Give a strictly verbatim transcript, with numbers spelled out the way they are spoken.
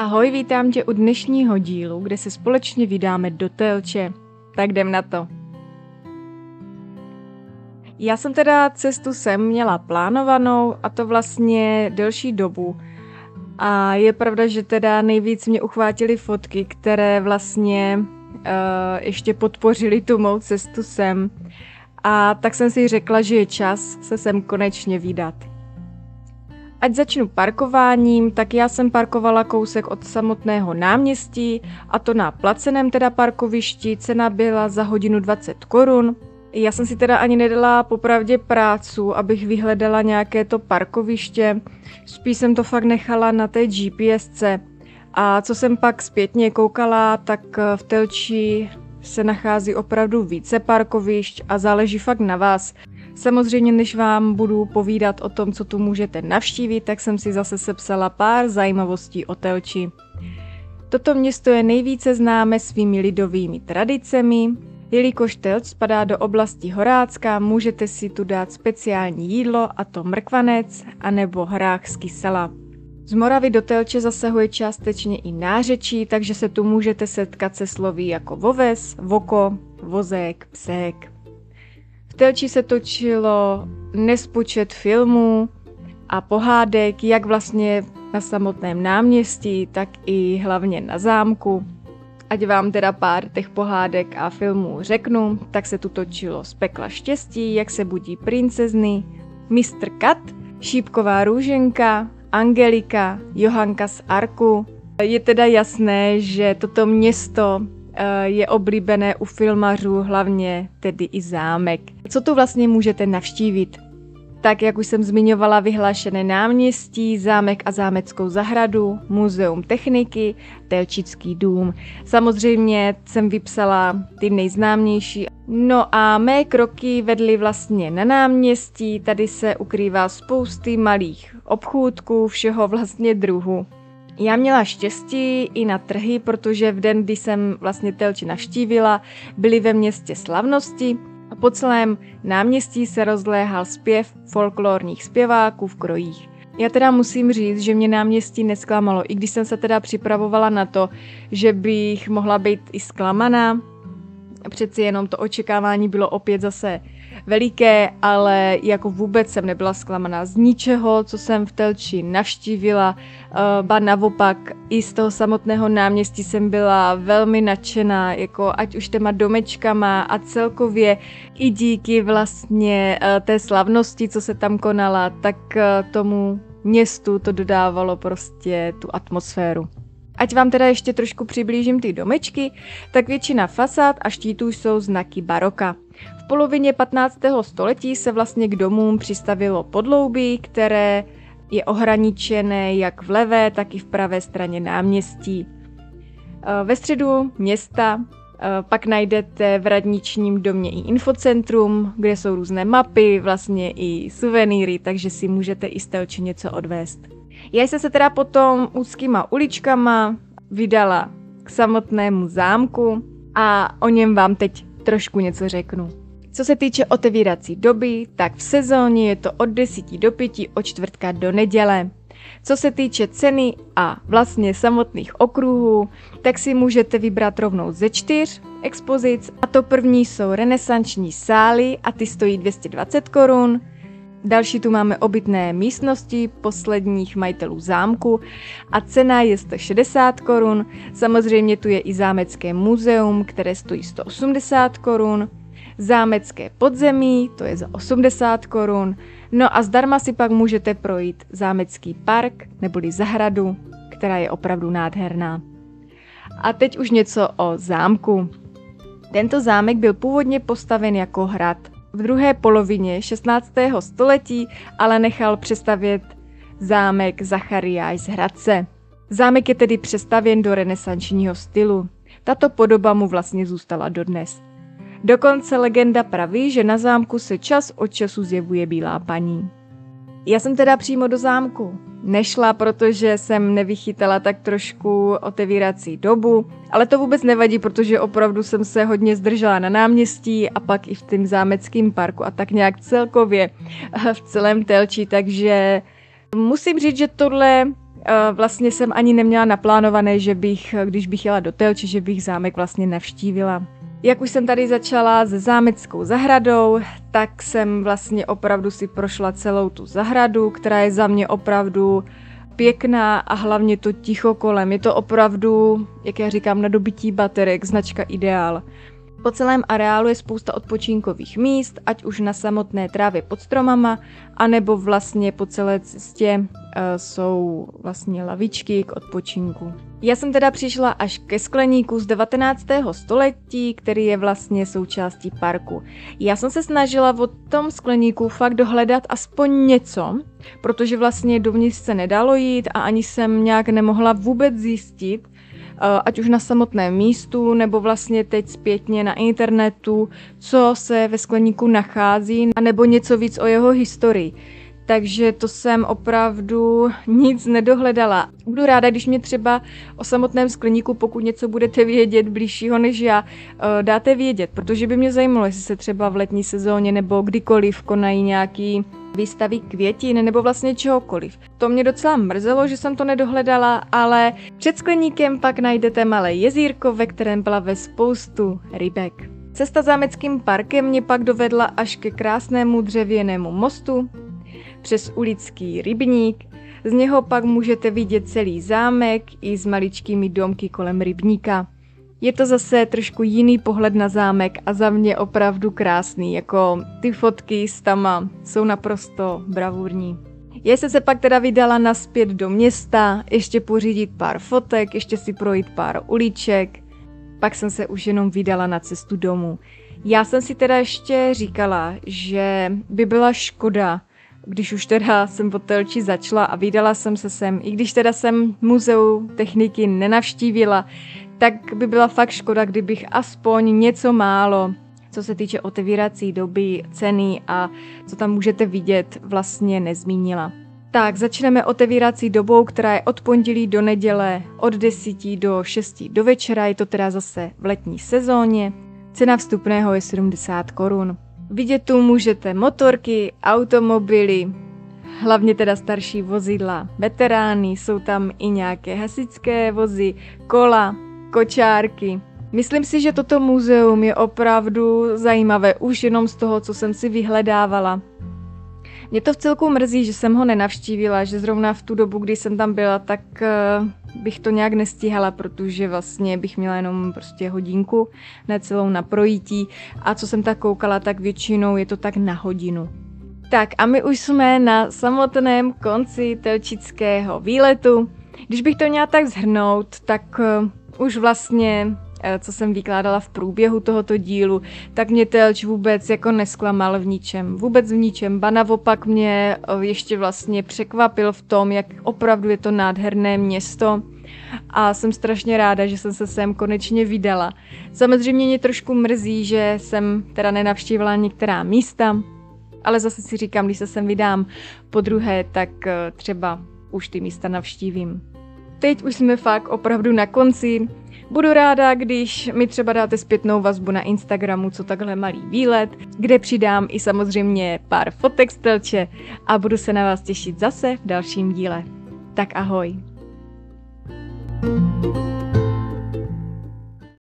Ahoj, vítám tě u dnešního dílu, kde se společně vydáme do Telče. Tak jdem na to. Já jsem teda cestu sem měla plánovanou a to vlastně delší dobu. A je pravda, že teda nejvíc mě uchvátily fotky, které vlastně uh, ještě podpořily tu mou cestu sem. A tak jsem si řekla, že je čas se sem konečně vydat. Ať začnu parkováním, tak já jsem parkovala kousek od samotného náměstí, a to na placeném teda parkovišti, cena byla za hodinu dvacet korun. Já jsem si teda ani nedala popravdě prácu, abych vyhledala nějaké to parkoviště, spíš jsem to fakt nechala na té GPSce. A co jsem pak zpětně koukala, tak v Telči se nachází opravdu více parkovišť a záleží fakt na vás. Samozřejmě, než vám budu povídat o tom, co tu můžete navštívit, tak jsem si zase sepsala pár zajímavostí o Telči. Toto město je nejvíce známé svými lidovými tradicemi. Jelikož Telč spadá do oblasti Horácka, můžete si tu dát speciální jídlo, a to mrkvanec anebo hrách z kysela. Z Moravy do Telče zasahuje částečně i nářečí, takže se tu můžete setkat se sloví jako voves, voko, vozek, psek. V Telči se točilo nespočet filmů a pohádek, jak vlastně na samotném náměstí, tak i hlavně na zámku. Ať vám teda pár těch pohádek a filmů řeknu, tak se tu točilo Z pekla štěstí, Jak se budí princezny, mistr Kat, Šípková růženka, Angelika, Johanka z Arku. Je teda jasné, že toto město je oblíbené u filmařů, hlavně tedy i zámek. Co tu vlastně můžete navštívit? Tak, jak už jsem zmiňovala, vyhlášené náměstí, zámek a zámeckou zahradu, muzeum techniky, Telčický dům. Samozřejmě jsem vypsala ty nejznámější. No a mé kroky vedly vlastně na náměstí, tady se ukrývá spousty malých obchůdků, všeho vlastně druhu. Já měla štěstí i na trhy, protože v den, kdy jsem vlastně Telči navštívila, byly ve městě slavnosti a po celém náměstí se rozléhal zpěv folklorních zpěváků v krojích. Já teda musím říct, že mě náměstí nesklamalo, i když jsem se teda připravovala na to, že bych mohla být i zklamaná. Přeci jenom to očekávání bylo opět zase veliké, ale jako vůbec jsem nebyla zklamaná z ničeho, co jsem v Telči navštívila, ba naopak i z toho samotného náměstí jsem byla velmi nadšená, jako ať už těma domečkama a celkově i díky vlastně té slavnosti, co se tam konala, tak tomu městu to dodávalo prostě tu atmosféru. Ať vám teda ještě trošku přiblížím ty domečky, tak většina fasád a štítů jsou znaky baroka. V polovině patnáctého století se vlastně k domům přistavilo podloubí, které je ohraničené jak v levé, tak i v pravé straně náměstí. Ve středu města pak najdete v radničním domě i infocentrum, kde jsou různé mapy, vlastně i suvenýry, takže si můžete i z Telče něco odvést. Já jsem se teda potom úzkýma uličkama vydala k samotnému zámku a o něm vám teď trošku něco řeknu. Co se týče otevírací doby, tak v sezóně je to od deseti do pěti, od čtvrtka do neděle. Co se týče ceny a vlastně samotných okruhů, tak si můžete vybrat rovnou ze čtyř expozic, a to první jsou renesanční sály a ty stojí dvě stě dvacet korun. Další tu máme obytné místnosti posledních majitelů zámku a cena je sto šedesát korun. Samozřejmě tu je i zámecké muzeum, které stojí sto osmdesát korun. Zámecké podzemí, to je za osmdesát korun. No a zdarma si pak můžete projít zámecký park neboli zahradu, která je opravdu nádherná. A teď už něco o zámku. Tento zámek byl původně postaven jako hrad. V druhé polovině šestnáctého století ale nechal přestavět zámek Zachariáš z Hradce. Zámek je tedy přestavěn do renesančního stylu. Tato podoba mu vlastně zůstala dodnes. Dokonce legenda praví, že na zámku se čas od času zjevuje bílá paní. Já jsem teda přímo do zámku nešla, protože jsem nevychytala tak trošku otevírací dobu, ale to vůbec nevadí, protože opravdu jsem se hodně zdržela na náměstí a pak i v tom zámeckém parku a tak nějak celkově v celém Telči, takže musím říct, že tohle vlastně jsem ani neměla naplánované, že bych, když bych jela do Telče, že bych zámek vlastně navštívila. Jak už jsem tady začala se zámeckou zahradou, tak jsem vlastně opravdu si prošla celou tu zahradu, která je za mě opravdu pěkná a hlavně to ticho kolem. Je to opravdu, jak já říkám, na dobytí baterek, značka Ideál. Po celém areálu je spousta odpočinkových míst, ať už na samotné trávě pod stromama, anebo vlastně po celé cestě uh, jsou vlastně lavičky k odpočinku. Já jsem teda přišla až ke skleníku z devatenáctého století, který je vlastně součástí parku. Já jsem se snažila o tom skleníku fakt dohledat aspoň něco, protože vlastně dovnitř se nedalo jít a ani jsem nějak nemohla vůbec zjistit, ať už na samotném místu, nebo vlastně teď zpětně na internetu, co se ve skleníku nachází, nebo něco víc o jeho historii. Takže to jsem opravdu nic nedohledala. Budu ráda, když mě třeba o samotném skleníku, pokud něco budete vědět blížšího než já, dáte vědět, protože by mě zajímalo, jestli se třeba v letní sezóně nebo kdykoliv konají nějaký výstavy květin nebo vlastně čehokoliv. To mě docela mrzelo, že jsem to nedohledala, ale před skleníkem pak najdete malé jezírko, ve kterém plave spoustu rybek. Cesta zámeckým parkem mě pak dovedla až ke krásnému dřevěnému mostu, přes ulický rybník, z něho pak můžete vidět celý zámek i s maličkými domky kolem rybníka. Je to zase trošku jiný pohled na zámek a za mě opravdu krásný, jako ty fotky s tama jsou naprosto bravurní. Já jsem se pak teda vydala nazpět do města, ještě pořídit pár fotek, ještě si projít pár uliček, pak jsem se už jenom vydala na cestu domů. Já jsem si teda ještě říkala, že by byla škoda, když už teda jsem po Telči začala a vydala jsem se sem, i když teda jsem muzeu techniky nenavštívila, tak by byla fakt škoda, kdybych aspoň něco málo, co se týče otevírací doby, ceny a co tam můžete vidět, vlastně nezmínila. Tak, začneme otevírací dobou, která je od pondělí do neděle od deseti do šesti do večera, je to teda zase v letní sezóně. Cena vstupného je sedmdesát korun. Vidět tu můžete motorky, automobily, hlavně teda starší vozidla, veterány, jsou tam i nějaké hasičské vozy, kola, kočárky. Myslím si, že toto muzeum je opravdu zajímavé už jenom z toho, co jsem si vyhledávala. Mě to v celku mrzí, že jsem ho nenavštívila, že zrovna v tu dobu, kdy jsem tam byla, tak uh, bych to nějak nestíhala, protože vlastně bych měla jenom prostě hodinku, ne celou na projítí a co jsem tak koukala, tak většinou je to tak na hodinu. Tak a my už jsme na samotném konci telčického výletu. Když bych to měla tak shrnout, tak uh, už vlastně co jsem vykládala v průběhu tohoto dílu, tak mě Telč vůbec jako nesklamal v ničem. Vůbec v ničem. Ba naopak mě ještě vlastně překvapil v tom, jak opravdu je to nádherné město. A jsem strašně ráda, že jsem se sem konečně vydala. Samozřejmě mě trošku mrzí, že jsem teda nenavštívila některá místa, ale zase si říkám, když se sem vydám po druhé, tak třeba už ty místa navštívím. Teď už jsme fakt opravdu na konci. Budu ráda, když mi třeba dáte zpětnou vazbu na Instagramu, co takhle malý výlet, kde přidám i samozřejmě pár fotek z Telče a budu se na vás těšit zase v dalším díle. Tak ahoj.